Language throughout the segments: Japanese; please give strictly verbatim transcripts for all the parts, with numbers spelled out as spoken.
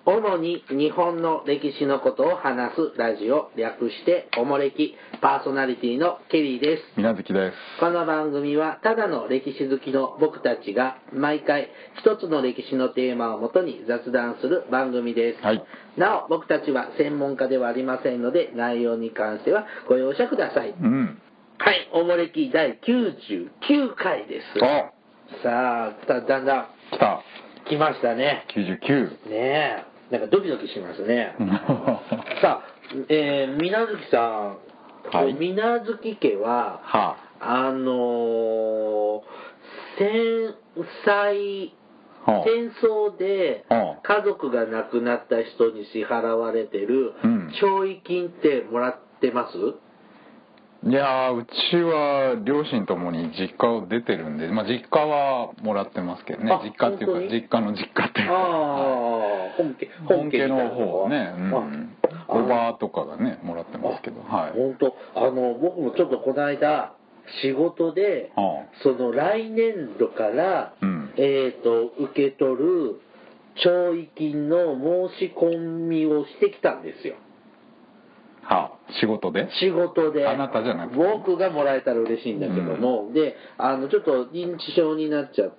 主に日本の歴史のことを話すラジオ、略しておもれき、パーソナリティのケリーです。 みなずきです。 この番組はただの歴史好きの僕たちが毎回一つの歴史のテーマをもとに雑談する番組です。 はい、 なお僕たちは専門家ではありませんので、内容に関してはご容赦ください。 うん、 はい、おもれきだいきゅうじゅうきゅうかいです。 あ、 さあ、だだんだん来た。 来ましたね。 きゅうじゅうきゅう。 ねえ。なんかドキドキしますね。さあ、えー、みなずきさん、はい、みなずき家は、はあ、あのー、戦災、はあ、戦争で家族が亡くなった人に支払われてる弔慰金ってもらってます？ いやー、うちは両親ともに実家を出てるんで、まあ、実家はもらってますけどね。実家っていうか実家の実家っていうか、あ、 はい、本家本家の方はね、うん、おばとかがねもらってますけど、はい。 本当、あの僕もちょっとこの間仕事で、はあ、その来年度から、うん、えっと受け取る弔慰金の申し込みをしてきたんですよ。 はあ、仕事で仕事であなたじゃなくて僕がもらえたら嬉しいんだけども、うん、であのちょっと認知症になっちゃった、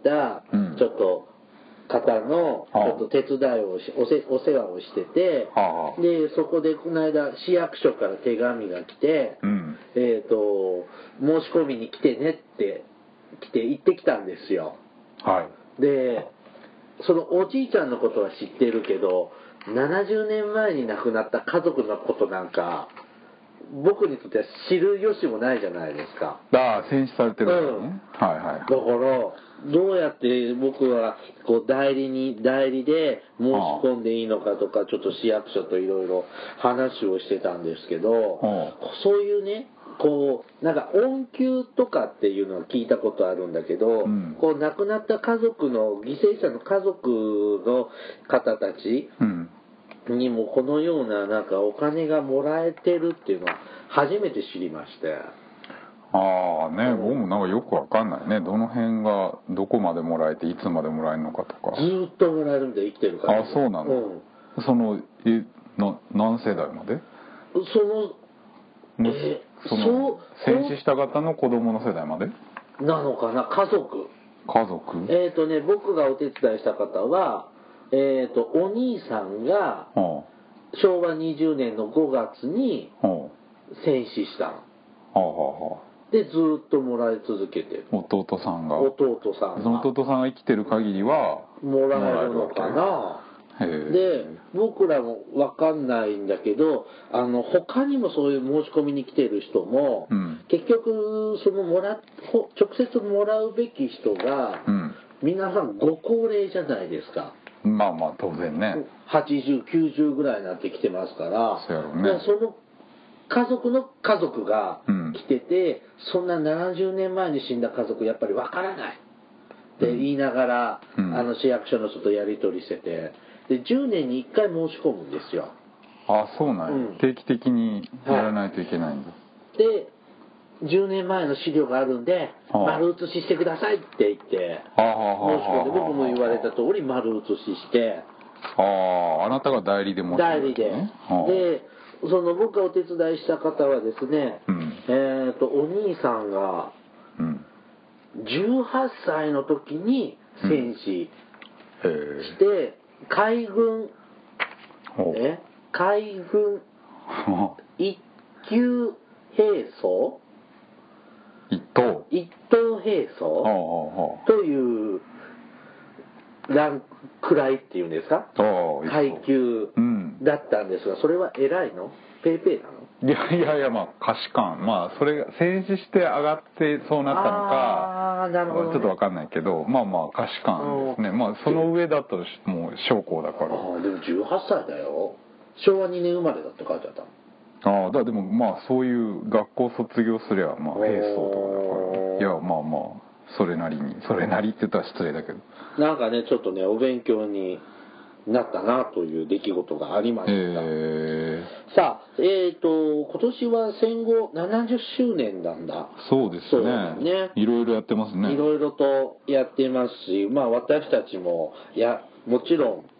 うん、ちょっと方のちょっと手伝いをしおせお世話をしてて、はあ、でそこでこの間市役所から手紙が来て、うん、えっと申し込みに来てねって来て行ってきたんですよ。はい、でそのおじいちゃんのことは知ってるけどななじゅうねんまえに亡くなった家族のことなんか僕にとっては知る由もないじゃないですか。 ああ、戦死されてるからね、うん、はいはい。 だからどうやって僕はこう代理に代理で申し込んでいいのかとかちょっと市役所といろいろ話をしてたんですけど、そういうねこうなんか恩給とかっていうのは聞いたことあるんだけど、うん、こう亡くなった家族の犠牲者の家族の方たちにもこのようななんかお金がもらえてるっていうのは初めて知りまして。 ああね、うん、僕もなんかよくわかんないね。どの辺がどこまでもらえていつまでもらえるのかとか。 ずっともらえるんで生きてるから。 ああ、そうなの、うん、そのえな何世代まで？ そのえその戦死した方の子供の世代までなのかな。家族家族えっ、ー、とね僕がお手伝いした方はえっ、ー、とお兄さんが、はあ、しょうわにじゅうねんのごがつに戦死したの、はあはあ、でずっともらい続けてる。 弟さんが弟さんがその弟さんが生きてる限りはもらえるのかな。で僕らも分かんないんだけどあの他にもそういう申し込みに来てる人も、うん、結局そのもら直接もらうべき人が、うん、皆さんご高齢じゃないですか。 まあまあ当然ねはちじゅう、きゅうじゅうぐらいになってきてますから、 そうやろうね、 その家族の家族が来てて、うん、そんなななじゅうねんまえに死んだ家族やっぱり分からないって言いながら、うん、あの市役所の人とやり取りしててでじゅうねんにいっかい申し込むんですよ。 あ、そうなんや、うん、定期的にやらないといけないんだ、はい、 でじゅうねんまえの資料があるんで、はあ、丸写ししてくださいって言って、はあはあ、申し込んで僕も言われた通り丸写しして、 ああ、あなたが代理で申し込んだ、ね、 代理で、はあ、でその僕がお手伝いした方はですね、うん、えっとお兄さんがじゅうはっさいの時に戦死して、うん、海軍え海軍一級兵曹一等一等兵曹というランク位っていうんですか、階級だったんですが、それは偉いの？ペーペーなの？ いやいやいや、まあ可視感、まあそれが戦死して上がってそうなったのか、あ、なるほどね、ちょっと分かんないけど、まあまあ可視感ですね。まあその上だともう将校だから。 ああ、でもじゅうはっさいだよ。しょうわにねん生まれだって書いてあったの。ああ、だでもまあそういう学校卒業すりゃまあ兵曹とかだから、いやまあまあそれなりに、それなりって言ったら失礼だけど、 なんかねちょっとねお勉強になったなという出来事がありました、えー、さあえっ、ー、と今年は戦後ななじゅっしゅうねんなんだそうですね、ね、いろいろやってますね。 いろいろとやってますし、まあ私たちもやもちろん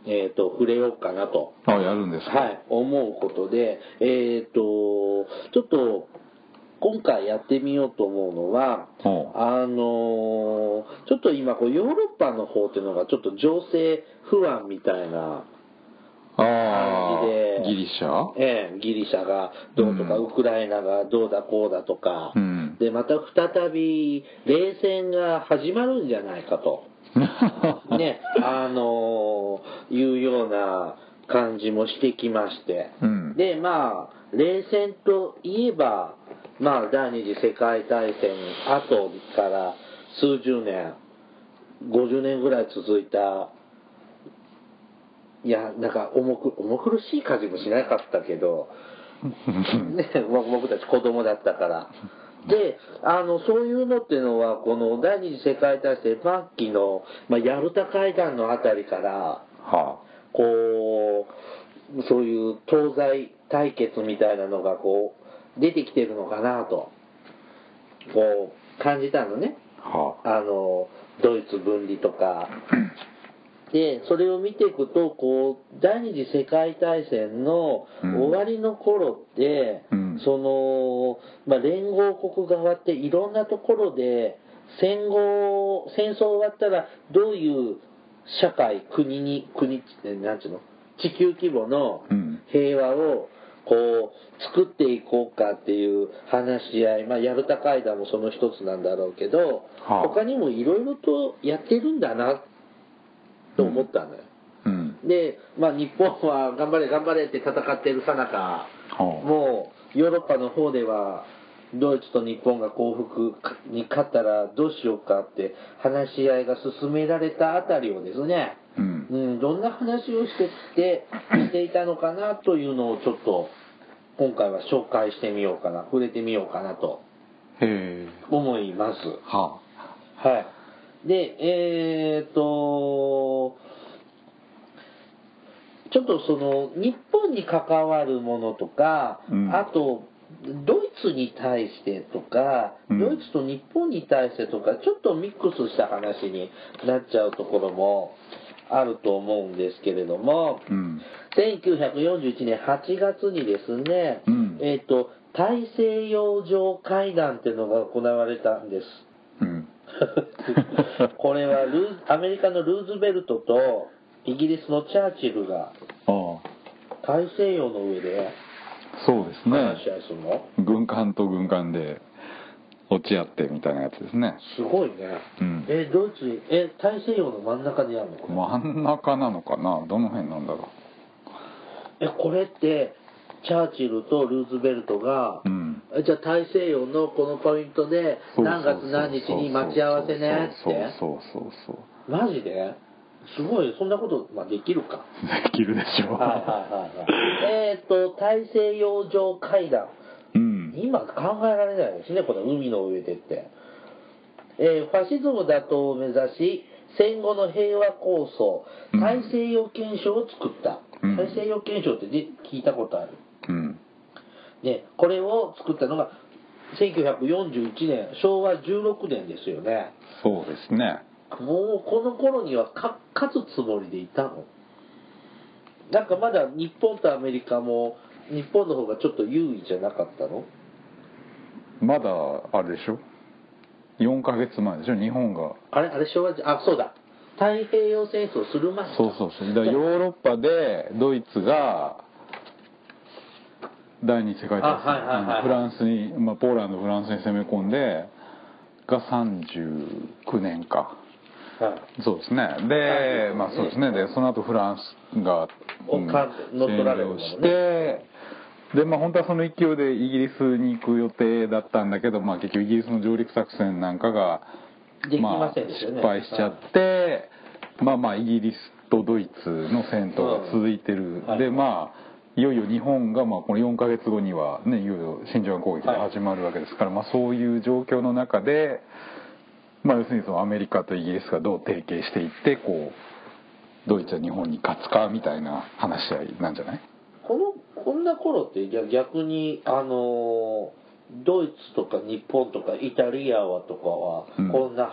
えー、と触れようかなとあやるんですか、 はい、思うことで、えー、とちょっと今回やってみようと思うのは、あのー、ちょっと今こうヨーロッパの方っていうのがちょっと情勢不安みたいな感じで、 ギリシャ、 ええ、ギリシャがどうとか、うん、ウクライナがどうだこうだとか、うん、でまた再び冷戦が始まるんじゃないかとね、あのー、いうような感じもしてきまして、うん、でまあ冷戦といえばまあ第二次世界大戦後から数十年ごじゅうねんぐらい続いた、いやなんか重く重苦しい感じもしなかったけどね、僕たち子供だったからであのそういうのっていうのはこの第二次世界大戦末期の、まあ、ヤルタ会談のあたりから、はあ、こうそういう東西対決みたいなのがこう出てきてるのかなとこう感じたのね、はあ、あのドイツ分離とかでそれを見ていくとこう第二次世界大戦の終わりの頃って、うん、その、まあ、連合国側っていろんなところで戦後戦争終わったらどういう社会国に国ってなんていうの地球規模の平和をこう作っていこうかっていう話し合い、まあ、ヤルタ会談もその一つなんだろうけど、はあ、他にもいろいろとやってるんだなと思ったのよ、うんうん、で、まあ、日本は頑張れ頑張れって戦ってるさなか、もうヨーロッパの方ではドイツと日本が降伏に勝ったらどうしようかって話し合いが進められたあたりをですね、うんうん、どんな話をしてきてしていたのかなというのをちょっと今回は紹介してみようかな触れてみようかなと思います。はあ、はいで、えーっと、ちょっとその、日本に関わるものとか、うん、あと、ドイツに対してとか、うん、ドイツと日本に対してとか、ちょっとミックスした話になっちゃうところもあると思うんですけれども、うん、せんきゅうひゃくよんじゅういちねんはちがつにですね、うん、えーっと、大西洋上会談っていうのが行われたんです。うんこれはルーアメリカのルーズベルトとイギリスのチャーチルが大西洋の上でそうですね話し合いするの軍艦と軍艦で落ち合ってみたいなやつですねすごいね、うん、えドイツにえ大西洋の真ん中にあるの真ん中なのかなどの辺なんだろうえこれってチャーチルとルーズベルトが、うん、じゃあ大西洋のこのポイントで何月何日に待ち合わせねってそうそうそうそうマジですごいそんなこと、まあ、できるかできるでしょうはいはいはいはいえっと大西洋上会談、うん、今考えられないですねこの海の上でって、えー、ファシズム打倒を目指し戦後の平和構想大西洋憲章を作った、うん、大西洋憲章って聞いたことあるうん、でこれを作ったのがせんきゅうひゃくよんじゅういちねんしょうわじゅうろくねんですよねそうですねもうこの頃にはか勝つつもりでいたのなんかまだ日本とアメリカも日本の方がちょっと優位じゃなかったのまだあれでしょよんかげつまえでしょ日本があれあれ昭和あそうだ太平洋戦争する前そうそうそうだからヨーロッパでドイツが第二次世界大戦フランスに、まあ、ポーランドフランスに攻め込んでがさんじゅうきゅうねんか、はい、そうですねで、まあそうですねでその後フランスが、うん、占領してでまあ本当はその勢いでイギリスに行く予定だったんだけど、まあ、結局イギリスの上陸作戦なんかが、まあ、失敗しちゃって、はい、まあまあイギリスとドイツの戦闘が続いてる、うんはい、でまあいよいよ日本がまあこのよんかげつごにはねいよいよ真珠湾攻撃が始まるわけですから、はいまあ、そういう状況の中で、まあ、要するにそのアメリカとイギリスがどう提携していってこうドイツは日本に勝つかみたいな話し合いなんじゃないこのこんな頃って逆にあのドイツとか日本とかイタリアはとかは、うん、こんなは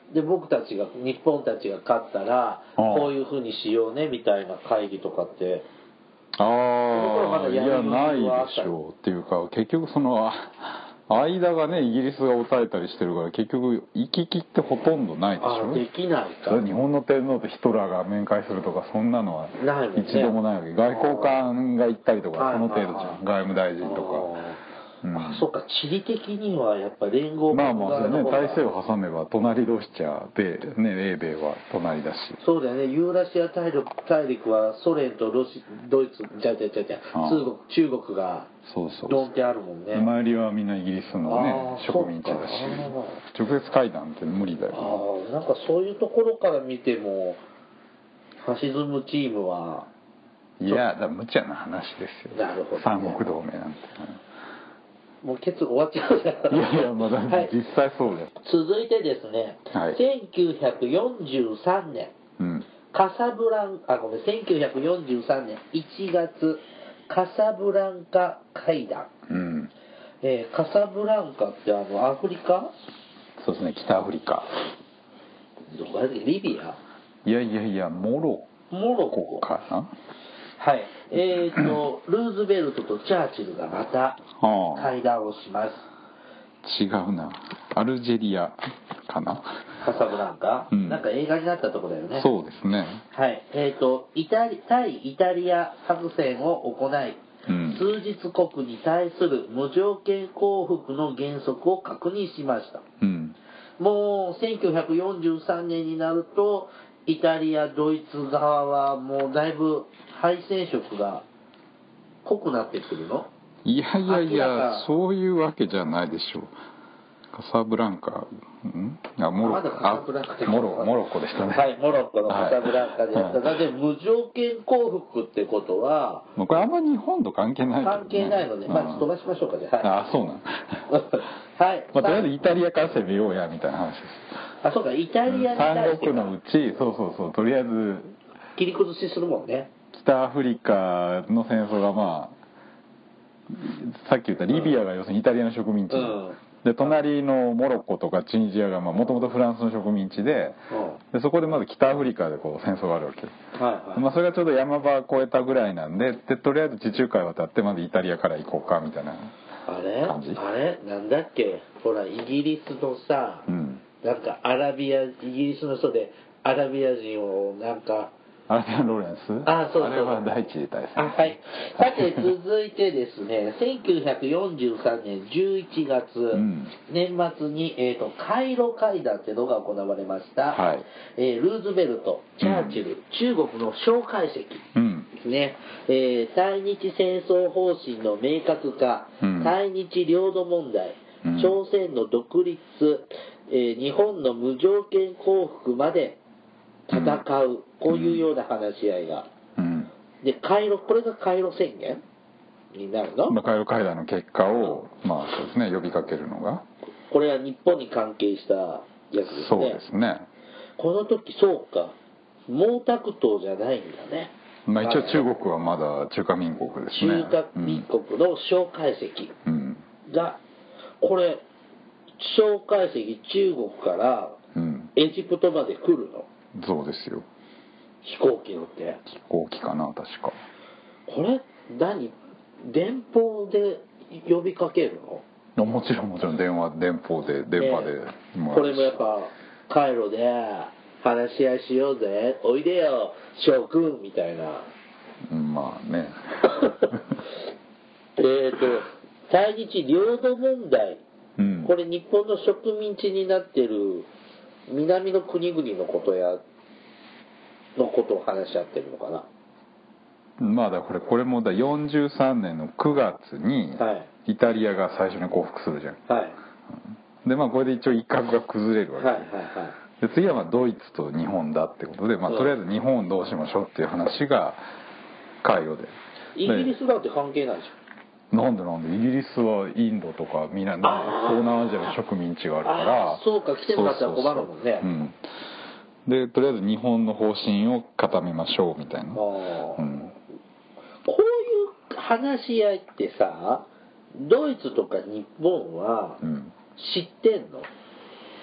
で僕たちが日本たちが勝ったらこういうふうにしようねみたいな会議とかって。 ああ、いやないでしょうっていうか、結局その間がねイギリスが抑えたりしてるから結局行き来ってほとんどないでしょ。 あできないか。 日本の天皇とヒトラーが面会するとかそんなのは一度もないわけ。外交官が行ったりとかその程度じゃん。外務大臣とか。 うん、あ、そうか、地理的にはやっぱ連合まあまあね、大西を挟めば隣同士じゃ米ね、英米は隣だし。 そうだよね。ユーラシア大陸大陸はソ連とロシドイツじゃじゃじゃじゃ中国中国がドンってあるもんね。 周りはみんなイギリスのね植民地だし、直接会談って無理だよね。 ああ、なんかそういうところから見てもファシズムチームはいやだ無茶な話ですよ。 なるほど、ね、 三国同盟なんて。 もうケツ終わっちゃうじゃん。 いやいやまだ実際そうだよ。 続いてですね、はい、せんきゅうひゃくよんじゅうさんねん、うん、カサブランあごめんせんきゅうひゃくよんじゅうさんねんいちがつカサブランカ会談、うんえー、カサブランカってあのアフリカ？ そうですね、北アフリカ。 どこだっけ、リビア？ いやいやいやモロモロコかな。 はい、えーとルーズベルトとチャーチルがまた会談をします。 違うな、アルジェリアかな、 カサブランカ、うん、なんか映画になったとこだよね。 そうですね。 はい、えーとイタリ対イタリア作戦を行い、うん、数日国に対する無条件降伏の原則を確認しました。うん、もうせんきゅうひゃくよんじゅうさんねんになるとイタリアドイツ側はもうだいぶ敗戦色が濃くなってくるの？ いやいやいや、そういうわけじゃないでしょう。カサブランカ、んあモロまだカサブランカモロモロッコでしたね。 はい、モロッコのカサブランカでやった。だって無条件降伏ってことは、 これあんまり日本と関係ない、ね、 関係ないので、まあ飛ばしましょうかね。はい、 あ、そうなん。 はい。 まあとりあえずイタリアから攻めようやみたいな話です。 あ、そうか、イタリアに対して三国のうち、そうそうそう、とりあえず切り崩しするもんね。 北アフリカの戦争がまあさっき言ったリビアが要するにイタリアの植民地、うん、で隣のモロッコとかチュニジアがもともとフランスの植民地で、うん、でそこでまず北アフリカでこう戦争があるわけ、はいはい、まあ、それがちょうど山場越えたぐらいなんで、でとりあえず地中海渡ってまずイタリアから行こうかみたいな感じ。 あれあれなんだっけ、ほらイギリスのさ、うん、なんかアラビアイギリスの人でアラビア人をなんかアラビアン・ローレンス、 あ、そうそう、 あれは第一次大戦。 あ、はい。さて続いてですねせんきゅうひゃくよんじゅうさんねんじゅういちがつ、うん、年末に、えーと、カイロ会談っていうのが行われました、はい、えー、ルーズベルト、チャーチル、うん、中国の蒋介石ですね、うん、えー、対日戦争方針の明確化、うん、対日領土問題、うん、朝鮮の独立、えー、日本の無条件降伏まで戦う、うん、こういうような話し合いが、うん、でカイロ、これがカイロ宣言になるの？ まあ、カイロ会談の結果を、まあそうですね、呼びかけるのがこれは日本に関係したやつですね。 そうですね。 この時そうか毛沢東じゃないんだね。 まあ、一応中国はまだ中華民国ですね。 中華民国の蒋介石が、うん、これ蒋介石中国からエジプトまで来るの？ そうですよ。 飛行機乗って。 飛行機かな確か。 これ何電報で呼びかけるの？ もちろんもちろん電話電報で電波で、ね、 これもやっぱカイロで話し合いしようぜ、おいでよ諸君みたいな。 まあね。 えっと対日領土問題、うん、これ日本の植民地になってる南の国々のことやのことを話し合ってるのかな。 まあだこれこれもだよんじゅうさんねんのくがつにイタリアが最初に降伏するじゃん。はい。でまあこれで一応一角が崩れるわけ。はいはいはい。で次はまあドイツと日本だってことで、まあとりあえず日本どうしましょうっていう話がカイロで。 イギリスだって関係ないじゃん。なんでなんでイギリスはインドとか南東南アジアの植民地があるから。 あ、そうか、来てもらったら困るもんね。 そうそうそう、うん。でとりあえず日本の方針を固めましょうみたいな。あ、うん、こういう話し合いってさ、ドイツとか日本は知ってんの？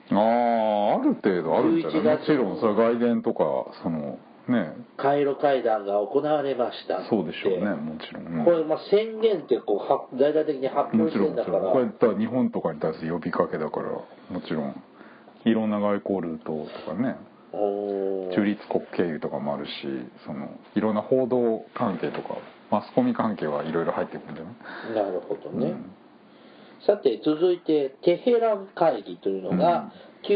ああ、ある程度あるんじゃない。もちろんそれは外伝とかそのね、 カイロ会談が行われましたって。 そうでしょうね、もちろん、うん、 これまあ宣言ってこうは大々的に発表してんだから、 これだ日本とかに対する呼びかけだから、もちろんいろんな外交ルートとかね、中立国経由とかもあるし、そのいろんな報道関係とかマスコミ関係はいろいろ入ってくるんじゃない。 なるほどね、うん、さて続いてテヘラン会議というのが、うん、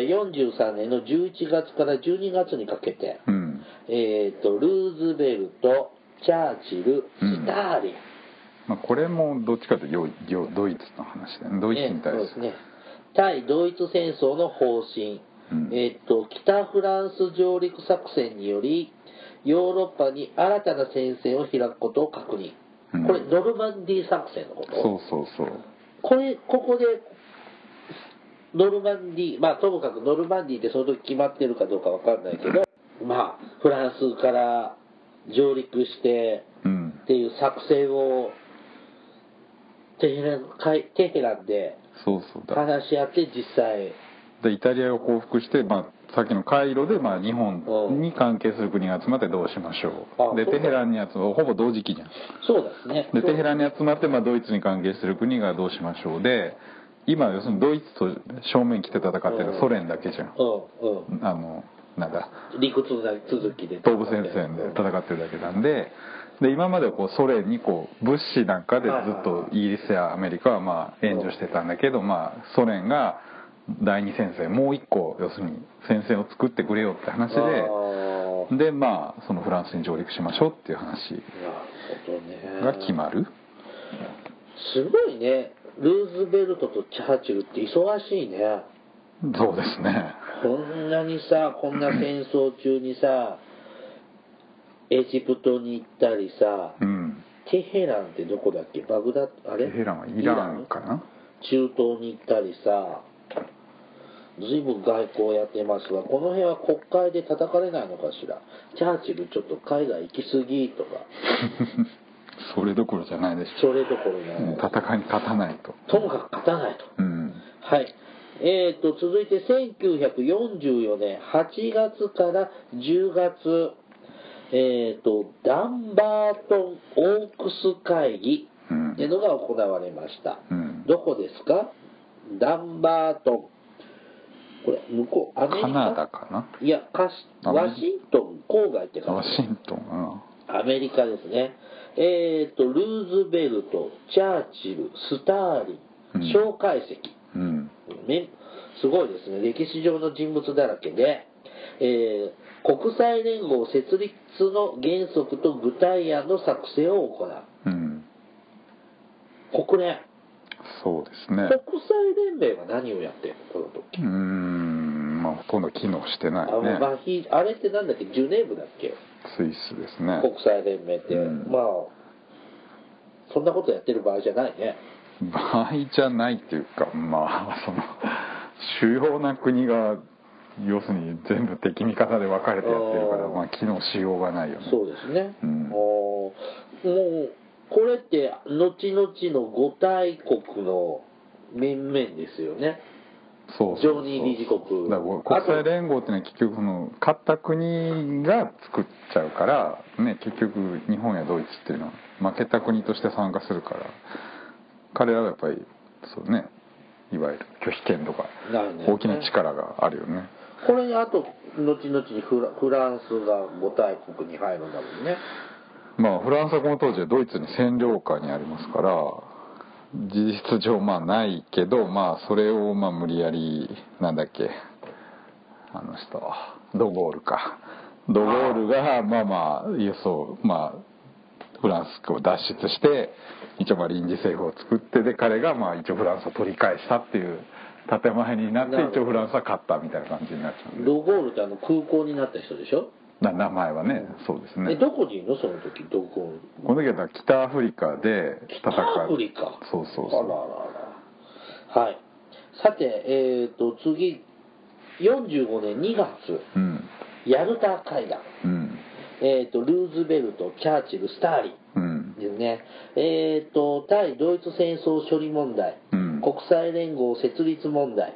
よんじゅうさんねんのじゅういちがつからじゅうにがつにかけて、うん、えーとルーズベルト、チャーチル、スターリン、うん、 まあ、これもどっちかというとドイツの話だよね。ドイツに対する、ね、そうですね、 対ドイツ戦争の方針、うん、えーと北フランス上陸作戦によりヨーロッパに新たな戦線を開くことを確認、うん、これノルマンディー作戦のこと。 そうそうそう。 これここでノルマンディー、まあともかくノルマンディーってその時決まってるかどうかわかんないけど、まあフランスから上陸してっていう作戦をテヘラン、テヘランで話し合って実際でイタリアを降伏して、まあ、さっきのカイロで、まあ、日本に関係する国が集まってどうしましょう、うん、でテヘランに集まほぼ同時期じゃん。 そうですね。 でテヘランに集まって、まあ、ドイツに関係する国がどうしましょうで、今要するにドイツと正面来て戦ってるソ連だけじゃん、うんうん、あのなんだ陸続きで東部戦線で戦ってるだけなんで、で今まではこうソ連にこう物資なんかでずっとイギリスやアメリカはまあ援助してたんだけど、まあ、ソ連が第二戦線もう一個要するに戦線を作ってくれよって話で、でまあそのフランスに上陸しましょうっていう話が決まる。 すごいね、ルーズベルトとチャーチルって忙しいね。 そうですね。 こんなにさ、こんな戦争中にさエジプトに行ったりさ、うん、テヘランってどこだっけ、バグダッド、あれテヘランはイランかな、 中東に行ったりさ、随分外交やってますが、この辺は国会で叩かれないのかしら。チャーチルちょっと海外行き過ぎとかそれどころじゃないでしょ。 それどころじゃない、 戦いに勝たないと、 ともかく勝たないと、うん、はい。えーと続いてせんきゅうひゃくよんじゅうよねんはちがつからじゅうがつ、えーとダンバートンオークス会議っていうのが行われました、うん、どこですか？ダンバートン、これ向こうアメリカ、 カナダかな、 いやカシワシントン郊外って感じ、 ワシントン、 うん、アメリカですね。えーとルーズベルト、チャーチル、スターリン、蒋介石、うんうん、すごいですね、歴史上の人物だらけで、えー国際連合設立の原則と具体案の作成を行う、うん、国連、 そうですね、 国際連盟は何をやってるのこの時。 うーん、まあほとんど機能してないね。あ、まあ、 あれってなんだっけ、ジュネーブだっけ、 スイスですね、 国際連盟って、うん、まあそんなことやってる場合じゃないね。 場合じゃないっていうか、まあその主要な国が要するに全部敵味方で分かれてやってるから、まあ機能しようがないよね。 そうですね、うん、もうこれって後々の五大国の面々ですよね。 そうそうそう、 常任理事国だから国際連合っていうのは結局その勝った国が作っちゃうから、ね、結局日本やドイツっていうのは負けた国として参加するから、彼らはやっぱりそうね、いわゆる拒否権とか大きな力があるよね。 これにあと後々にフ ラ, フランスが五大国に入るんだもんね。 まあフランスはこの当時はドイツに占領下にありますから事実上まあないけど、まあそれをまあ無理やりなんだっけ、あの人ドゴールかドゴールがまあまあいやそうまあフランスを脱出して一応まあ臨時政府を作って、で彼がまあ一応フランスを取り返したっていう建前になって、一応フランスは勝ったみたいな感じになっちゃうんで。 ドゴールってあの空港になった人でしょ。 な名前はね、そうですね。 えどこにいるのその時ドゴール。 この時は北アフリカで戦う。 北アフリカ。 そうそうそう。 あららら。はい。さてえっ、ー、と次よんじゅうごねんにがつ、うん、ヤルタ会談。うん、えっ、ー、とルーズベルト、チャーチル、スターリン。うんですね。えっ、ー、と対ドイツ戦争処理問題、うん、国際連合設立問題、うん、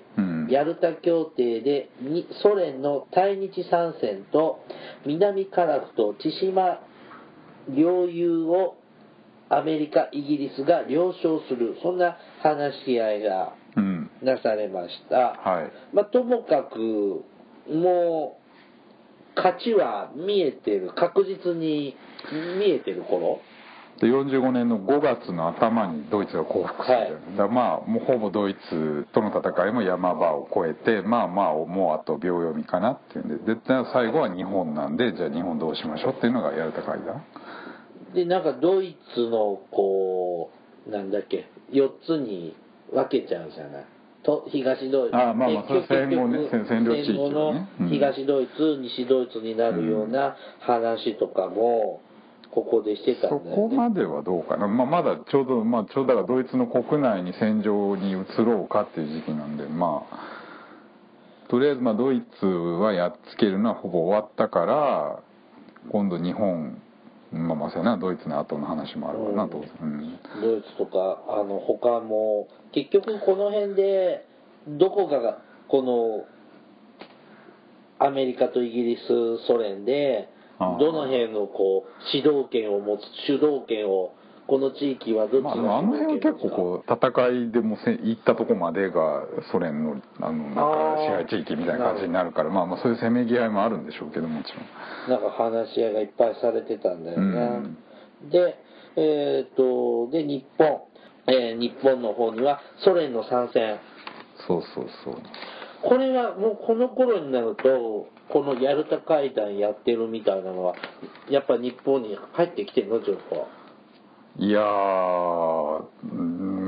ヤルタ協定でにソ連の対日参戦と南樺太千島領有をアメリカイギリスが了承する、そんな話し合いがなされました、うんはい、まあ、ともかくもう勝ちは見えてる、確実に見えてる頃でよんじゅうごねんのごがつの頭にドイツが降伏する、はい、だからまあもうほぼドイツとの戦いも山場を越えてまあまあもうあと秒読みかなっていうんで、で最後は日本なんで、じゃあ日本どうしましょうっていうのがヤルタ会談で、なんかドイツのこうなんだっけよっつに分けちゃうじゃない、と東ドイツ、 ああまあまあそれ戦後ね、占領地域のね、東ドイツ、うん、西ドイツになるような話とかもここでしてたんだよね。 そこまではどうかな、まあ、まだちょうどまあちょうどだからドイツの国内に戦場に移ろうかっていう時期なんで、まあとりあえずまあドイツはやっつけるのはほぼ終わったから、今度日本まあまあそうやな、ドイツの後の話もあるわなと、うんうん、 ドイツとかあの他も結局この辺でどこかがこのアメリカとイギリスソ連でどの辺のこう主導権を持つ、主導権をこの地域はどっちが主導権を持つか、まあ、 あの辺は結構こう戦いでもせ行ったとこまでがソ連のあのなんか支配地域みたいな感じになるから、まあまあそういうせめぎ合いもあるんでしょうけど、もちろんなんか話し合いがいっぱいされてたんだよね、うん、でえー、っとで日本、えー、日本の方にはソ連の参戦、 そうそうそう、 これはもうこの頃になるとこのヤルタ会談やってるみたいなのはやっぱ日本に入ってきてるの？ちょっといやー、うん、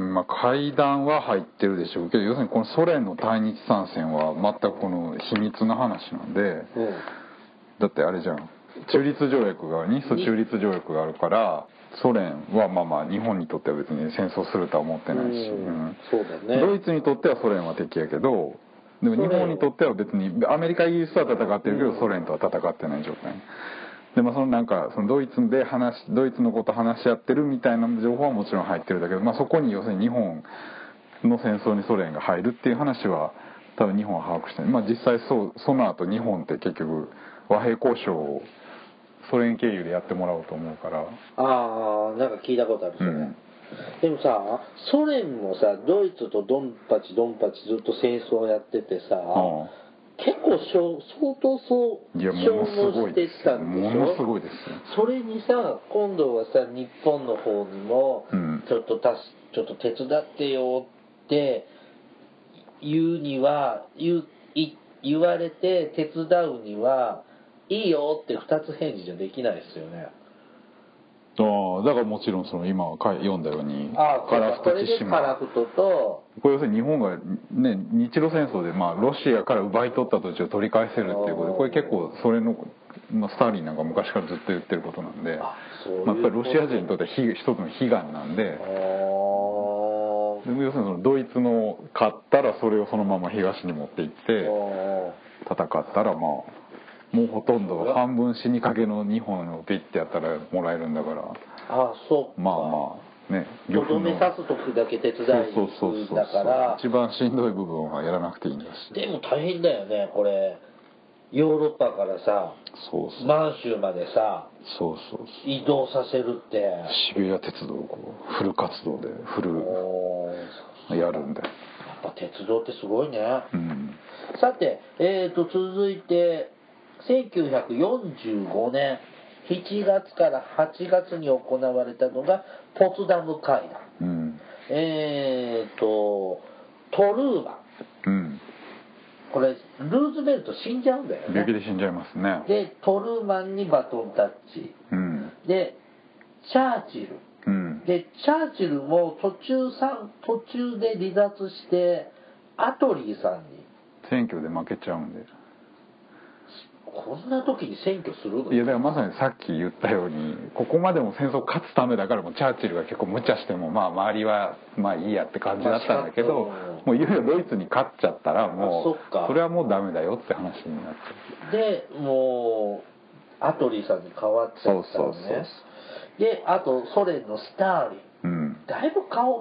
まあ会談は入ってるでしょうけど、要するにこのソ連の対日参戦は全くこの秘密の話なんで、うん、だってあれじゃん、中立条約が日ソ中立条約があるから、ソ連はまあまあ日本にとっては別に戦争するとは思ってないし、うん、 そうだね、 ドイツにとってはソ連は敵やけど、でも日本にとっては別にアメリカイギリスとは戦ってるけど、うん、ソ連とは戦ってない状態で、まあ、そのなんかそのドイツで話ドイツのこと話し合ってるみたいな情報はもちろん入ってるんだけど、まあ、そこに要するに日本の戦争にソ連が入るっていう話は多分日本は把握してない、まあ、実際そうその後日本って結局和平交渉をソ連経由でやってもらおうと思うから。 ああ、なんか聞いたことあるそれ、うん、でもさソ連もさドイツとドンパチドンパチずっと戦争をやっててさ、ああ結構相当そう消耗してたんでしょ。 ものすごいですよ。 それにさ今度はさ日本の方にもちょっとたす、うん、ちょっと手伝ってよって言うには言う言われて手伝うにはいいよって二つ返事じゃできないですよね。 ああ、だからもちろんその今読んだようにカラフト千島、カラフトとこれ要するに日本がね日露戦争でまあロシアから奪い取った土地を取り返せるっていうことで、これ結構それの、まあ、スターリンなんか昔からずっと言ってることなんで、あそういうまあ、やっぱりロシア人にとっては一つの悲願なんで、でも要するにそのドイツの勝ったらそれをそのまま東に持っていって戦ったらまあもうほとんど半分死にかけの日本をピッてやったらもらえるんだから、 ああそうか、 まあまあね、 とどめ刺す時だけ手伝いに行くんだから一番しんどい部分はやらなくていいんだし。 でも大変だよねこれ、ヨーロッパからさそうそう満州までさそうそうそう移動させるって渋谷鉄道をこうフル活動でフルやるんで、やっぱ鉄道ってすごいね、 うん、 さて、えーと続いてせんきゅうひゃくよんじゅうごねんしちがつからはちがつに行われたのがポツダム会談、うん、えーとトルーマン、うん、これルーズベルト死んじゃうんだよね。 病気で死んじゃいますね。 でトルーマンにバトンタッチ、うん、でチャーチル、うん、でチャーチルも途中さ途中で離脱してアトリーさんに選挙で負けちゃうんで、 こんな時に選挙するの？ いやだからまさにさっき言ったようにここまでも戦争勝つためだからもうチャーチルが結構無茶してもまあ周りはまあいいやって感じだったんだけど、もういよいよドイツに勝っちゃったらもう そ, それはもうダメだよって話になっちゃう。でもうアトリーさんに変わっちゃったのね。そうそうそうそう。であとソ連のスターリン、うん、だいぶ顔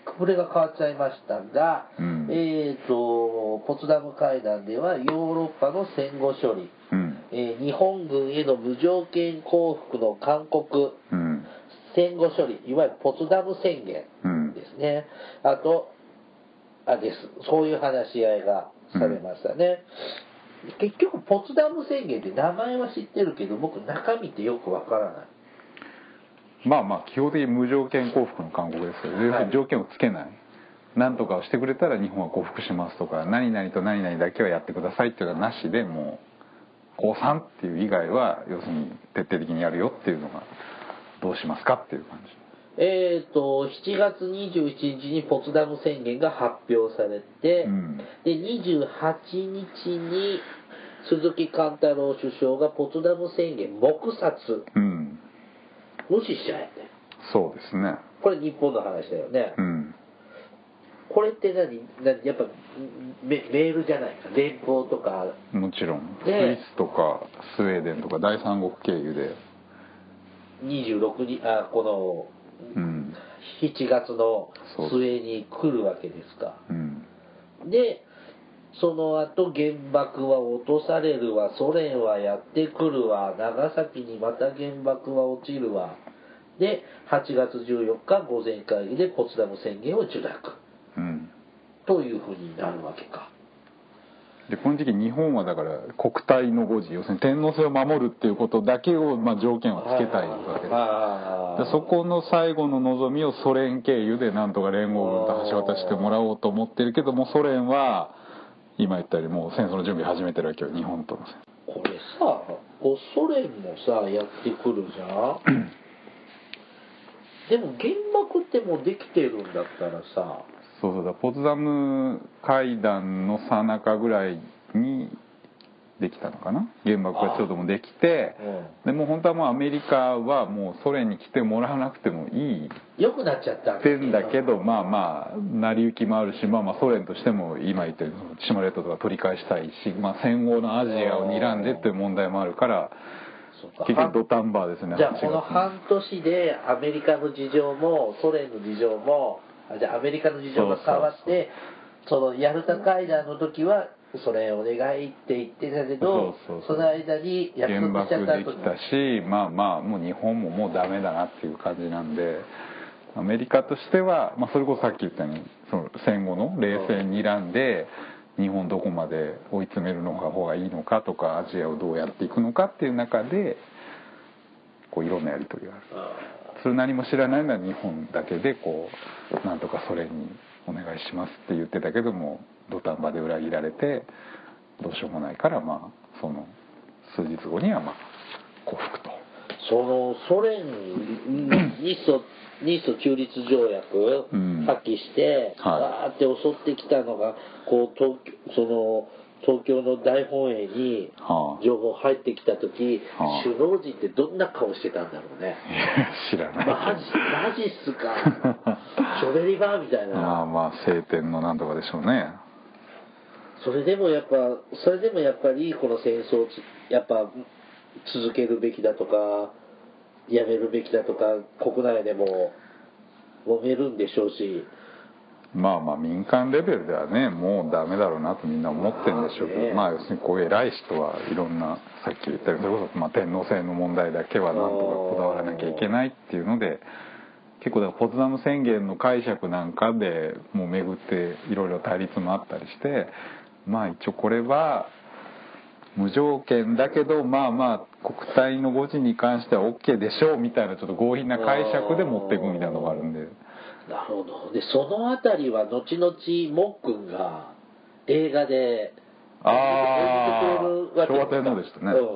これが変わっちゃいましたが、うん、えーとポツダム会談ではヨーロッパの戦後処理、うん、えー、日本軍への無条件降伏の勧告、うん、戦後処理、いわゆるポツダム宣言ですね、うん、あとあですそういう話し合いがされましたね、うん、結局ポツダム宣言って名前は知ってるけど僕中身ってよくわからない。 まあまあ基本的に無条件降伏の勧告ですけど、はい、条件をつけない、何とかをしてくれたら日本は降伏しますとか、何々と何々だけはやってくださいっていうのはなしで、もう降参っていう以外は要するに徹底的にやるよっていうのがどうしますかっていう感じ。 えーとしちがつにじゅういちにちにポツダム宣言が発表されて、うん、でにじゅうはちにちに鈴木貫太郎首相がポツダム宣言黙殺、うん、無視しちゃえて。 そうですね。 これ日本の話だよね。うん、これって何、何やっぱ メ, メールじゃないか、連邦とか。 もちろんスイスとかスウェーデンとか第三国経由でにじゅうろくにちあこの、うん、しちがつの末に来るわけですか。うん、でその後原爆は落とされるわ、ソ連はやってくるわ、長崎にまた原爆は落ちるわではちがつじゅうよっか午前会議でポツダム宣言を受諾、うん、というふうになるわけか。 でこの時期日本はだから国体の護持、要するに天皇制を守るっていうことだけを、まあ、条件をつけたいわけです。でそこの最後の望みをソ連経由でなんとか連合軍と橋渡してもらおうと思ってるけども、ソ連は今言ったようにもう戦争の準備始めてるわけよ、日本との。 これさソ連もさやってくるじゃんでも原爆ってもうできてるんだったらさ、 そうそうだ、ポツダム会談の最中ぐらいにできたのかな、原爆がちょうどもできて、うん、でもう本当はもうアメリカはもうソ連に来てもらわなくてもいいよくなっちゃったってんだけど、まあまあ成り行きもあるし、まあまあソ連としても今言ったように島列島とか取り返したいし、まあ、戦後のアジアを睨んでっていう問題もあるから、結局土壇場ですね。 じゃあこの半年でアメリカの事情もソ連の事情もじゃあアメリカの事情が変わって、そのヤルタ会談の時はそれお願いって言ってたけど、そうそうそう、その間に約束しちゃった原爆できたし、まあまあもう日本ももうダメだなっていう感じなんで、アメリカとしては、まあ、それこそさっき言ったようにその戦後の冷戦に睨んで、日本どこまで追い詰めるのが方がいいのかとか、アジアをどうやっていくのかっていう中でこういろんなやり取りがある。それ何も知らないのは日本だけでこうなんとかソ連にお願いしますって言ってたけども、土壇場で裏切られてどうしようもないから、まあその数日後にはまあ降伏と。 そのソ連日ソ日ソ中立条約破棄して、うん、はい、バーって襲ってきたのがこう東その東京の大本営に情報入ってきた時、はあ、首脳陣ってどんな顔してたんだろうね。 知らない。 マジマジっすか。ショベリバーみたいな。 まあまあ晴天のなんとかでしょうね。 それでもやっぱそれでもやっぱりこの戦争やっぱ続けるべきだとかやめるべきだとか国内でも揉めるんでしょうし。 まあまあ民間レベルではねもうダメだろうなとみんな思ってるんでしょうけど、まあ要するにこういう偉い人はいろんなさっき言ったようにそれこそまあ天皇制の問題だけはなんとかこだわらなきゃいけないっていうので、結構だからポツダム宣言の解釈なんかでもう巡っていろいろ対立もあったりして、まあ一応これは無条件だけどまあまあ国体の護持に関しては OK でしょうみたいなちょっと強引な解釈で持っていくみたいなのがあるんで。 なるほど。でそのあたりは後々もっくんが映画でああ昭和天皇でしたね、うん、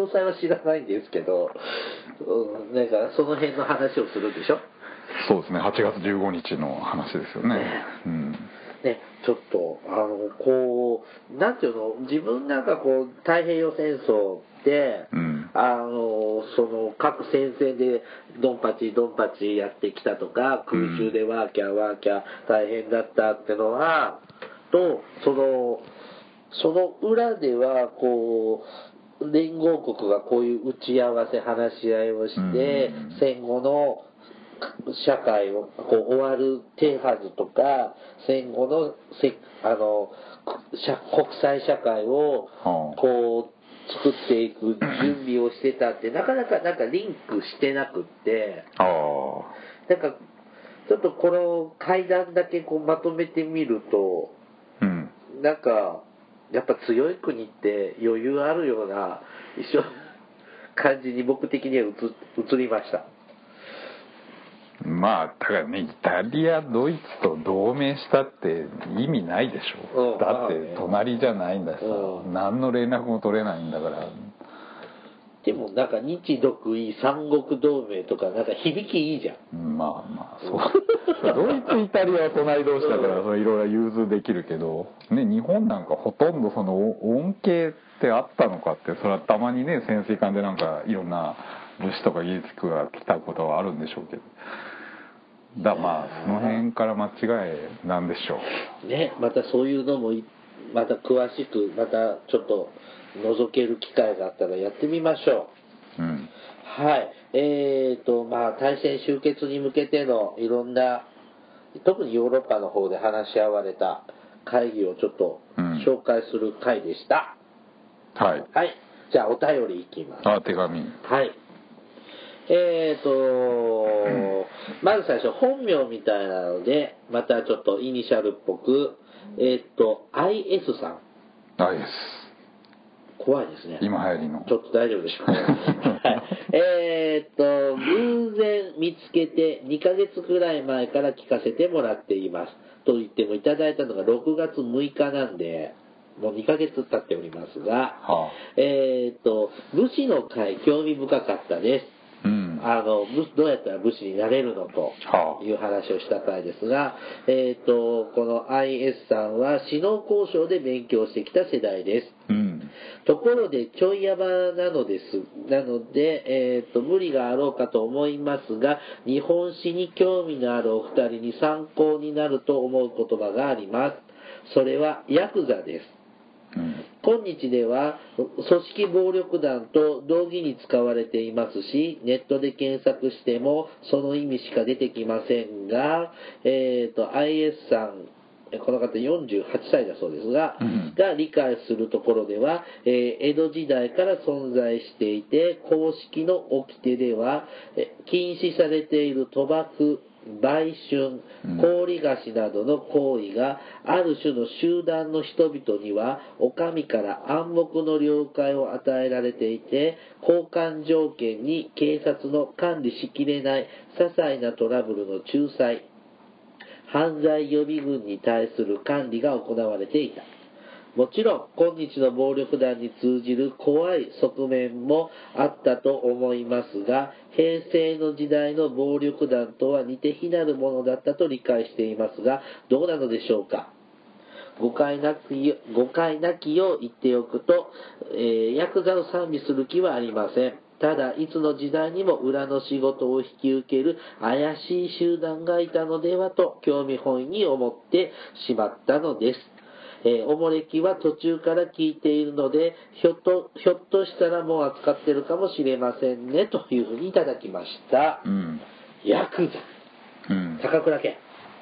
詳細は知らないんですけど、うん、なんかその辺の話をするでしょ。 そうですね、はちがつじゅうごにちの話ですよね。ね、うん、 ね、ちょっとあのこうなんていうの、自分なんかこう太平洋戦争って、うん、あのその各戦線でドンパチドンパチやってきたとか空襲でワーキャーワーキャー大変だったってのは、とそのその裏ではこう連合国がこういう打ち合わせ話し合いをして、うん、戦後の社会をこう終わる手はずとか戦後のせあの国際社会をこう作っていく準備をしてたってなかなかなんかリンクしてなくって、なんかちょっとこの会談だけこうまとめてみると、うん、なんかやっぱ強い国って余裕あるような一緒感じに僕的には映りました。 まあだからね、イタリアドイツと同盟したって意味ないでしょ、うん、だって隣じゃないんだしさ、うん、何の連絡も取れないんだから。 でもなんか日独伊三国同盟とかなんか響きいいじゃん。 まあまあそうドイツイタリアは隣同士だからそれいろいろ融通できるけど、ね、日本なんかほとんどその恩恵ってあったのかって、それはたまにね潜水艦でなんかいろんな物資とか技術が来たことはあるんでしょうけど、だまあその辺から間違いなんでしょうね。またそういうのもまた詳しくまたちょっと覗ける機会があったらやってみましょう。うん、はいえーとまあ大戦終結に向けてのいろんな特にヨーロッパの方で話し合われた会議をちょっと紹介する回でした。 うん、はい。 はい。じゃあお便りいきます。 あ、手紙。 はい。えーと、うん、まず最初本名みたいなのでまたちょっとイニシャルっぽく、えーと アイエス さん。 アイエス。 怖いですね。 今流行りの。 ちょっと大丈夫でしょうかね。はい、えーっと、偶然見つけてにかげつくらい前から聞かせてもらっています。と言ってもいただいたのがろくがつむいかなんで、もうにかげつ経っておりますが、はあ、えーっと、武士の会興味深かったです。うん、あのどうやったら武士になれるのという話をした回ですが、えー、とこの アイエス さんは士農工商で勉強してきた世代です、うん、ところでちょいヤバなのですなので、えー、と無理があろうかと思いますが、日本史に興味のあるお二人に参考になると思う言葉があります。それはヤクザです。うん、今日では組織暴力団と同義に使われていますし、ネットで検索してもその意味しか出てきませんが、えーと、アイエス さん、この方よんじゅうはっさいだそうですが、うん、が理解するところでは、えー、江戸時代から存在していて、公式の掟では、え禁止されている賭博、売春、氷菓子などの行為がある種の集団の人々にはお上から暗黙の了解を与えられていて、交換条件に警察の管理しきれない些細なトラブルの仲裁、犯罪予備軍に対する管理が行われていた。もちろん今日の暴力団に通じる怖い側面もあったと思いますが、平成の時代の暴力団とは似て非なるものだったと理解していますが、どうなのでしょうか。誤解なき、誤解なきよう言っておくと、えー、ヤクザを賛美する気はありません。ただいつの時代にも裏の仕事を引き受ける怪しい集団がいたのではと興味本位に思ってしまったのです。えー、おもれきは途中から聞いているので、ひょっと、ひょっとしたらもう扱ってるかもしれませんね、というふうにいただきました。うん、ヤクザ。うん、高倉健。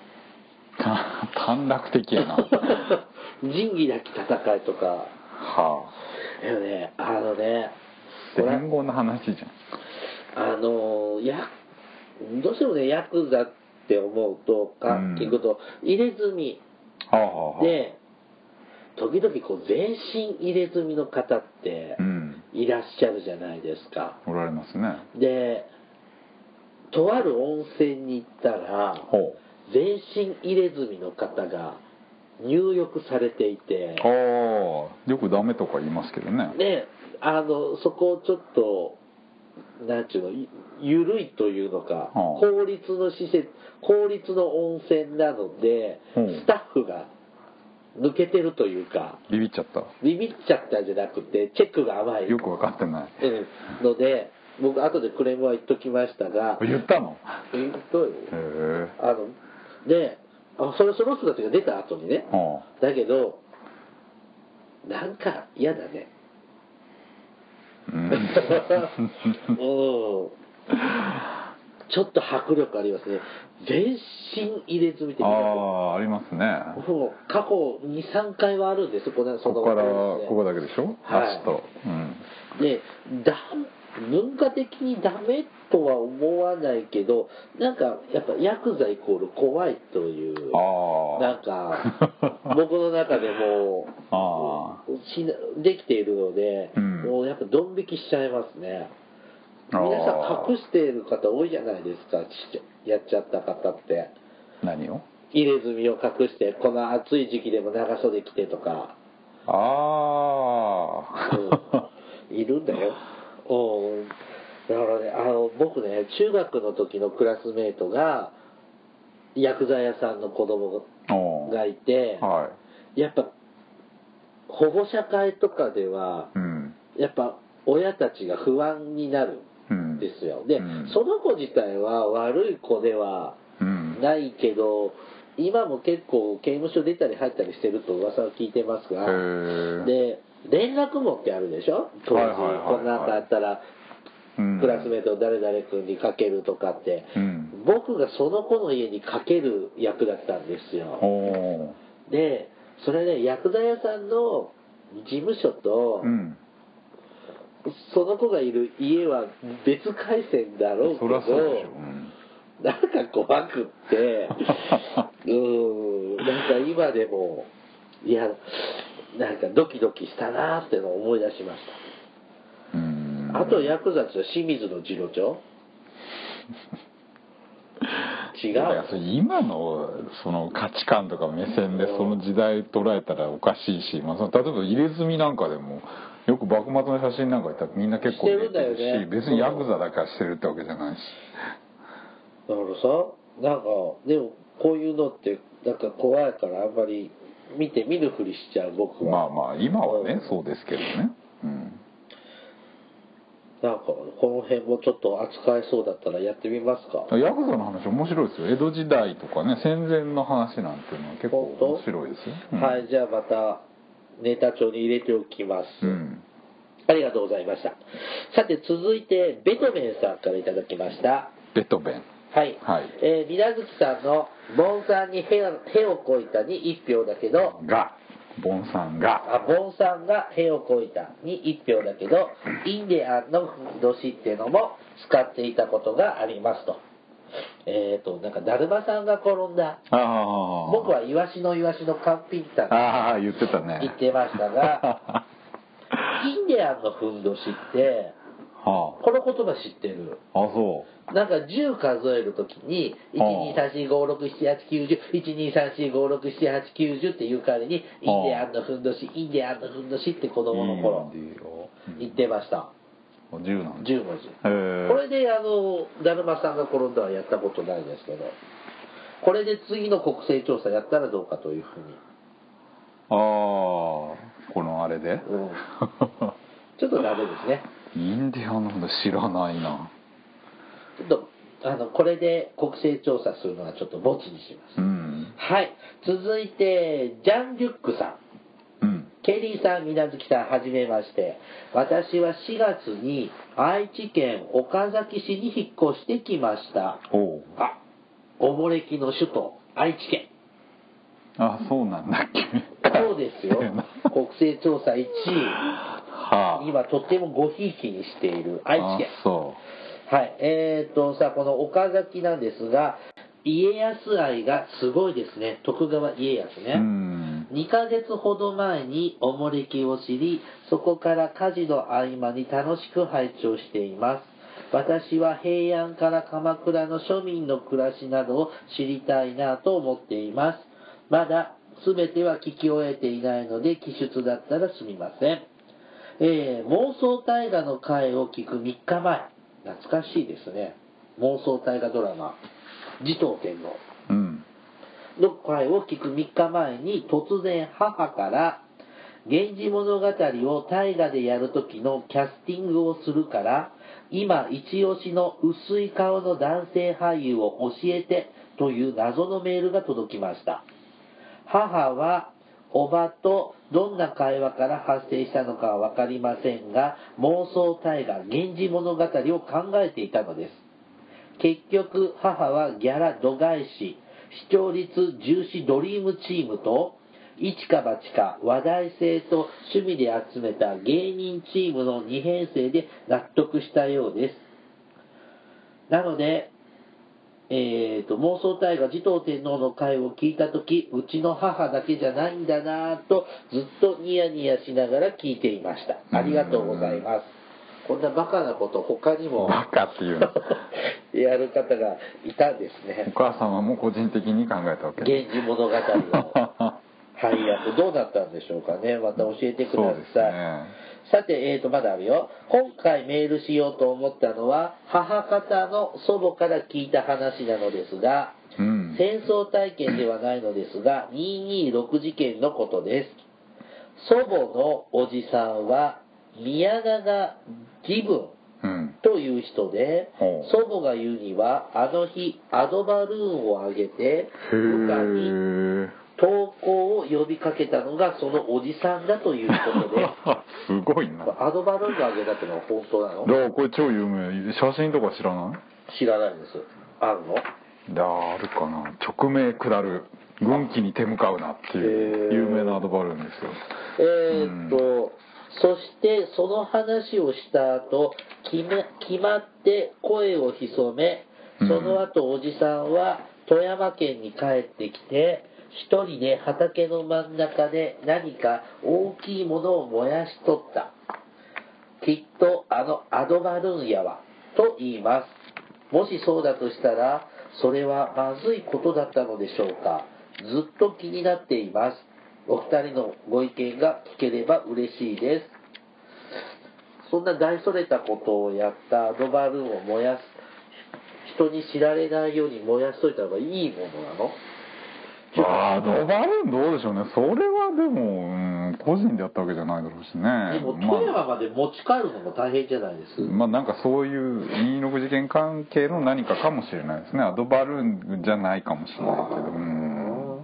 短絡的やな。 仁義なき戦いとか。はあ。でもね、あのね。 戦後の話じゃん。あの、や、どうしてもね、ヤクザって思うと、か、うん、聞くと、入れ墨。はあはあ、で、時々こう全身入れ墨の方っていらっしゃるじゃないですか、 うん、おられますね。 でとある温泉に行ったら全身入れ墨の方が入浴されていて、 あよくダメとか言いますけどね。 であのそこをちょっとなんちゅうの緩いというのか、はあ、公立の施設公立の温泉なので、うん、スタッフが抜けてるというか、 ビビっちゃったビビっちゃったんじゃなくてチェックが甘い、 よく分かってない、 うん、ので僕後でクレームは言っときましたが、 言ったの言っとよ。へあのであそれその人たちが出た後にね、はあ、だけどなんか嫌だね。うん、うんちょっと迫力ありますね。全身入れ墨って見たことああありますね。 もう過去にさんかいはあるんです。このそのここからここだけでしょ、 はい、 足と、うん、でだ文化的にダメとは思わないけど、なんかやっぱヤクザイコール怖いという、なんか僕の中でもあできているので、うん、もうやっぱドン引きしちゃいますね。皆さん隠している方多いじゃないですか、やっちゃった方って。 何を？ 入れ墨を隠して、この暑い時期でも長袖着てとか。 ああ、うん、いるんだよ。うん、だからね、あの僕ね、中学の時のクラスメートが薬剤屋さんの子供がいて、はい、やっぱ保護者会とかでは、うん、やっぱ親たちが不安になるんですよ。で、うん、その子自体は悪い子ではないけど、今も結構刑務所出たり入ったりしてると噂を聞いてますが、で連絡網ってあるでしょ当時、はいはいはいはい、こんなんかあったら、うん、クラスメート誰々君にかけるとかって、うん、僕がその子の家にかける役だったんですよ。でそれね、薬剤屋さんの事務所と、うん、その子がいる家は別回線だろうけど、そりゃそうでしょ、うん、なんか怖くってうーん、なんか今でもいやなんかドキドキしたなーってのを思い出しました。うーん、あとヤクザって清水の次郎長違う。いや今のその価値観とか目線でその時代捉えたらおかしいし、まあ、その例えば入れ墨なんかでもよく幕末の写真なんかいったらみんな結構入れてるし、ね、別にヤクザだけはしてるってわけじゃないし。 だからさ、なんかでもこういうのってなんか怖いからあんまり見て見ぬふりしちゃう僕は。 まあまあ今はね、うん、そうですけどね。うん。 なんかこの辺もちょっと扱えそうだったらやってみますか。 ヤクザの話面白いですよ。江戸時代とかね、戦前の話なんていうのは結構面白いですよ。 うん、はい、じゃあまたネタ帳に入れておきます。うん、ありがとうございました。さて続いてベトベンさんからいただきました。 ベトベン。 はい。はい、えー、水無月さんのボンさんにへをこいたにいち票だけど。 が。ボンさんが。 あ、ボンさんがへをこいたにいち票だけど、インディアンのふんどしっていうのも使っていたことがありますと。えっ、ー、と、なんか、だるまさんが転んだ。あ僕はイワシのイワシのカンピンタンああ、言ってたね。 言ってましたが、インディアンのふんどしって、はあ、この言葉知ってる？ あ、そう。 なんかじゅう数えるときに、いちにさんしごろくしちはちきゅうじゅう、いちにさんしごろくしちはちきゅうじゅうっていう代わりに、インディアンのふんどし、インディアンのふんどしって子供の頃言ってました。 じゅうなんじゅう文字。これであのだるまさんが転んだはやったことないですけど、これで次の国勢調査やったらどうかというふうに。 ああ、このあれで、うん、 ちょっとダメですね。 インディアンのふんどし知らないな。 ちょっとあのこれで国勢調査するのはちょっと墓地にします。うん、はい。続いてジャン・リュックさん。うん、ケリーさん、みなずきさん、はじめまして。私はしがつに愛知県岡崎市に引っ越してきました。おあ、おもれきの首都、愛知県。 あ、そうなんだっけ。 そうですよ。国勢調査いちい。はあ、今とってもごひいきにしている愛知県。あ、そう。はい。えーと、さ、この岡崎なんですが、家康愛がすごいですね。徳川家康ね。うんにかげつほど前におもれきを知り、そこから家事の合間に楽しく拝聴しています。私は平安から鎌倉の庶民の暮らしなどを知りたいなと思っています。まだ全ては聞き終えていないので、記述だったらすみません。えー、妄想大河の回を聞くみっかまえ。懐かしいですね。妄想大河ドラマ、持統天皇。うんの回を聞くみっかまえに突然母から源氏物語を大河でやる時のキャスティングをするから今一押しの薄い顔の男性俳優を教えてという謎のメールが届きました。母はおばとどんな会話から発生したのかは分かりませんが妄想大河源氏物語を考えていたのです。 結局母はギャラ度外視、視聴率重視ドリームチームと、一か八か話題性と趣味で集めた芸人チームのに編成で納得したようです。なので、えーと、妄想大河持統天皇の回を聞いたとき、うちの母だけじゃないんだなぁとずっとニヤニヤしながら聞いていました。ありがとうございます。こんなバカなこと他にもバカっていうのやる方がいたんですね。 お母様も個人的に考えたわけ源氏物語の配役どうなったんでしょうかね。また教えてください。そうですね。さて、えーと、まだあるよ。今回メールしようと思ったのは、母方の祖母から聞いた話なのですが、うん、戦争体験ではないのですが、にーにーろく事件のことです。祖母のおじさんは、宮永義文という人で、うん、祖母が言うには、あの日、アドバルーンをあげて、部下に、投稿を呼びかけたのがそのおじさんだということですごいな。 アドバルーンがあげたってのは本当なの？ だからこれ超有名。写真とか知らない？ 知らないです。あるの？ だあるかな。直命下る軍機に手向かうなっていう有名なアドバルーンですよ。 えー、っと、うん、そしてその話をした後決め決まって声を潜め、その後おじさんは富山県に帰ってきて、一人で畑の真ん中で何か大きいものを燃やしとった。きっとあのアドバルーンやわと言います。もしそうだとしたらそれはまずいことだったのでしょうか。ずっと気になっています。お二人のご意見が聞ければ嬉しいです。そんな大それたことをやったアドバルーンを燃やす、人に知られないように燃やしといた方がいいものなの？ アドバルーンどうでしょうね。それはでも、うん、個人でやったわけじゃないだろうしね。 でも富山まで持ち帰るのも大変じゃないです。 まあなんかそういうにーろく事件関係の何かかもしれないですね。アドバルーンじゃないかもしれないけど。うん、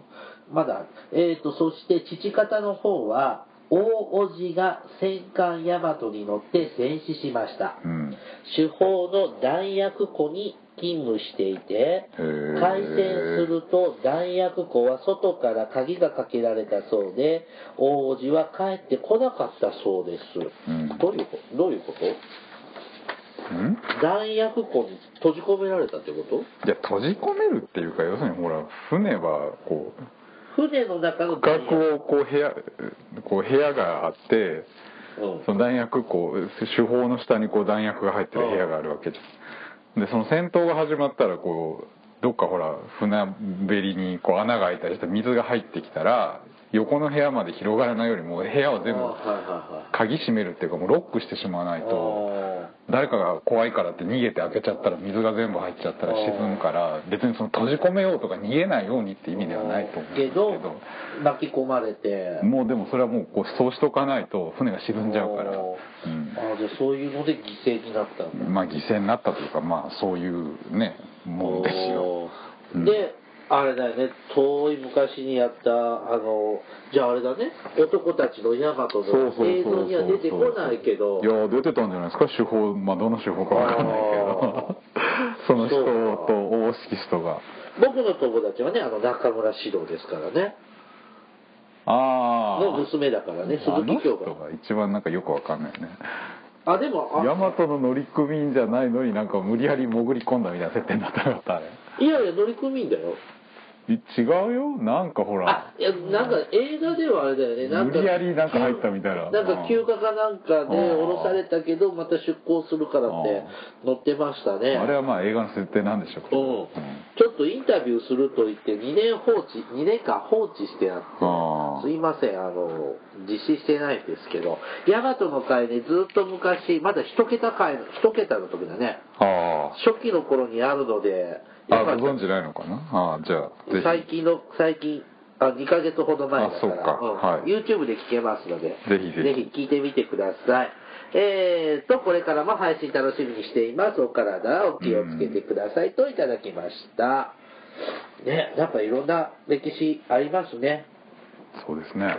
まだ、えーと、そして父方の方は大叔父が戦艦大和に乗って戦死しました。うん、主砲の弾薬庫に勤務していて、開戦すると弾薬庫は外から鍵がかけられたそうで、大叔父は帰ってこなかったそうです。うん、どういうことどういうことん弾薬庫に閉じ込められたってこと？ いや、閉じ込めるっていうか、要するにほら、船はこう、 船の中の区画をこう部屋、こう部屋があって、うん、その弾薬庫、主砲の下にこう弾薬が入ってる部屋があるわけです。でその戦闘が始まったらこうどっかほら船べりにこう穴が開いたりして水が入ってきたら横の部屋まで広がらないようにもう部屋を全部鍵閉めるっていうかもうロックしてしまわないと誰かが怖いからって逃げて開けちゃったら水が全部入っちゃったら沈むから別にその閉じ込めようとか逃げないようにって意味ではないと思うんですけど巻き込まれてもうでもそれはもうこうそうしとかないと船が沈んじゃうから、うん、 あじゃあそういうので犠牲になったんだ。 まあ犠牲になったというかまあそういうねもんですよ、 うん、であれだよね遠い昔にやったあのじゃああれだね男たちのヤマトの映像には出てこないけどいや出てたんじゃないですか手法まあどの手法かわからないけどその人と大式人が僕の友達はねあの中村獅童ですからねあの娘だからね鈴木京が一番なんかよくわかんないねあでも大和の乗組員じゃないのになんか無理やり潜り込んだみたいな設定になったのあれいやいや乗組員だよ違うよなんかほらあいやなんか映画ではあれだよねなんか無理やりなんか入ったみたいななんか休暇かなんかで降ろされたけどまた出航するからって乗ってましたねあれはまあ映画の設定なんでしょうけど、うんうん、ちょっとインタビューすると言ってにねん放置にねんかん放置してあってすいませんあの実施してないんですけどヤマトの会でずっと昔まだ一桁回の一桁の時だね初期の頃にあるのであご存知ないのかなあじゃあ最近の最近あにかげつほど前だからあそうか、うんはい、 YouTube で聞けますのでぜひぜひぜひ聞いてみてくださいえーとこれからも配信楽しみにしていますお体お気をつけてくださいといただきましたねなんかいろんな歴史ありますねそうですね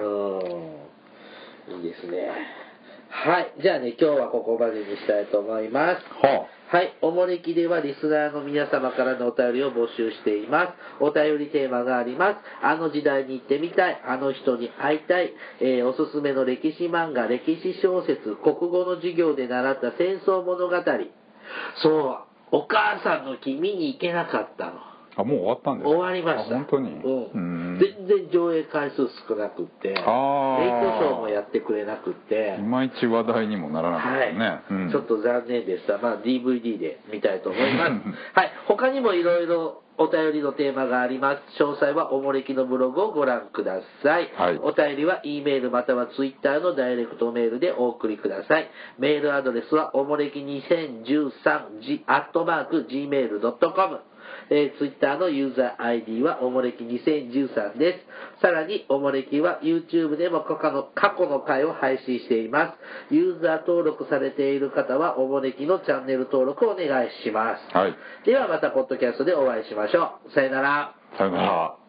うんいいですねはいじゃあね今日はここまでにしたいと思いますははい、おもれきではリスナーの皆様からのお便りを募集しています。お便りテーマがあります。あの時代に行ってみたい、あの人に会いたい、えー、おすすめの歴史漫画、歴史小説、国語の授業で習った戦争物語。そう、お母さんの木見に行けなかったの。 あ、もう終わったんですか？ 終わりました。 本当に、 うん、全然上映回数少なくって、レイトショーもやってくれなくって、 いまいち話題にもならなかったね、はいうん、ちょっと残念でした。まあ ディーブイディー で見たいと思いますはい、他にもいろいろお便りのテーマがあります。詳細はおもれきのブログをご覧ください、はい、お便りは E メールまたは Twitter のダイレクトメールでお送りください。メールアドレスはおもれきにせんじゅうさん アットマーク ジーメールドットコム、えー、ツイッターのユーザー アイディー はおもれきにせんじゅうさんです。さらにおもれきは YouTube でも過去の過去の回を配信しています。ユーザー登録されている方はおもれきのチャンネル登録をお願いします、 はい、 ではまたポッドキャストでお会いしましょう。さよなら。 さよなら。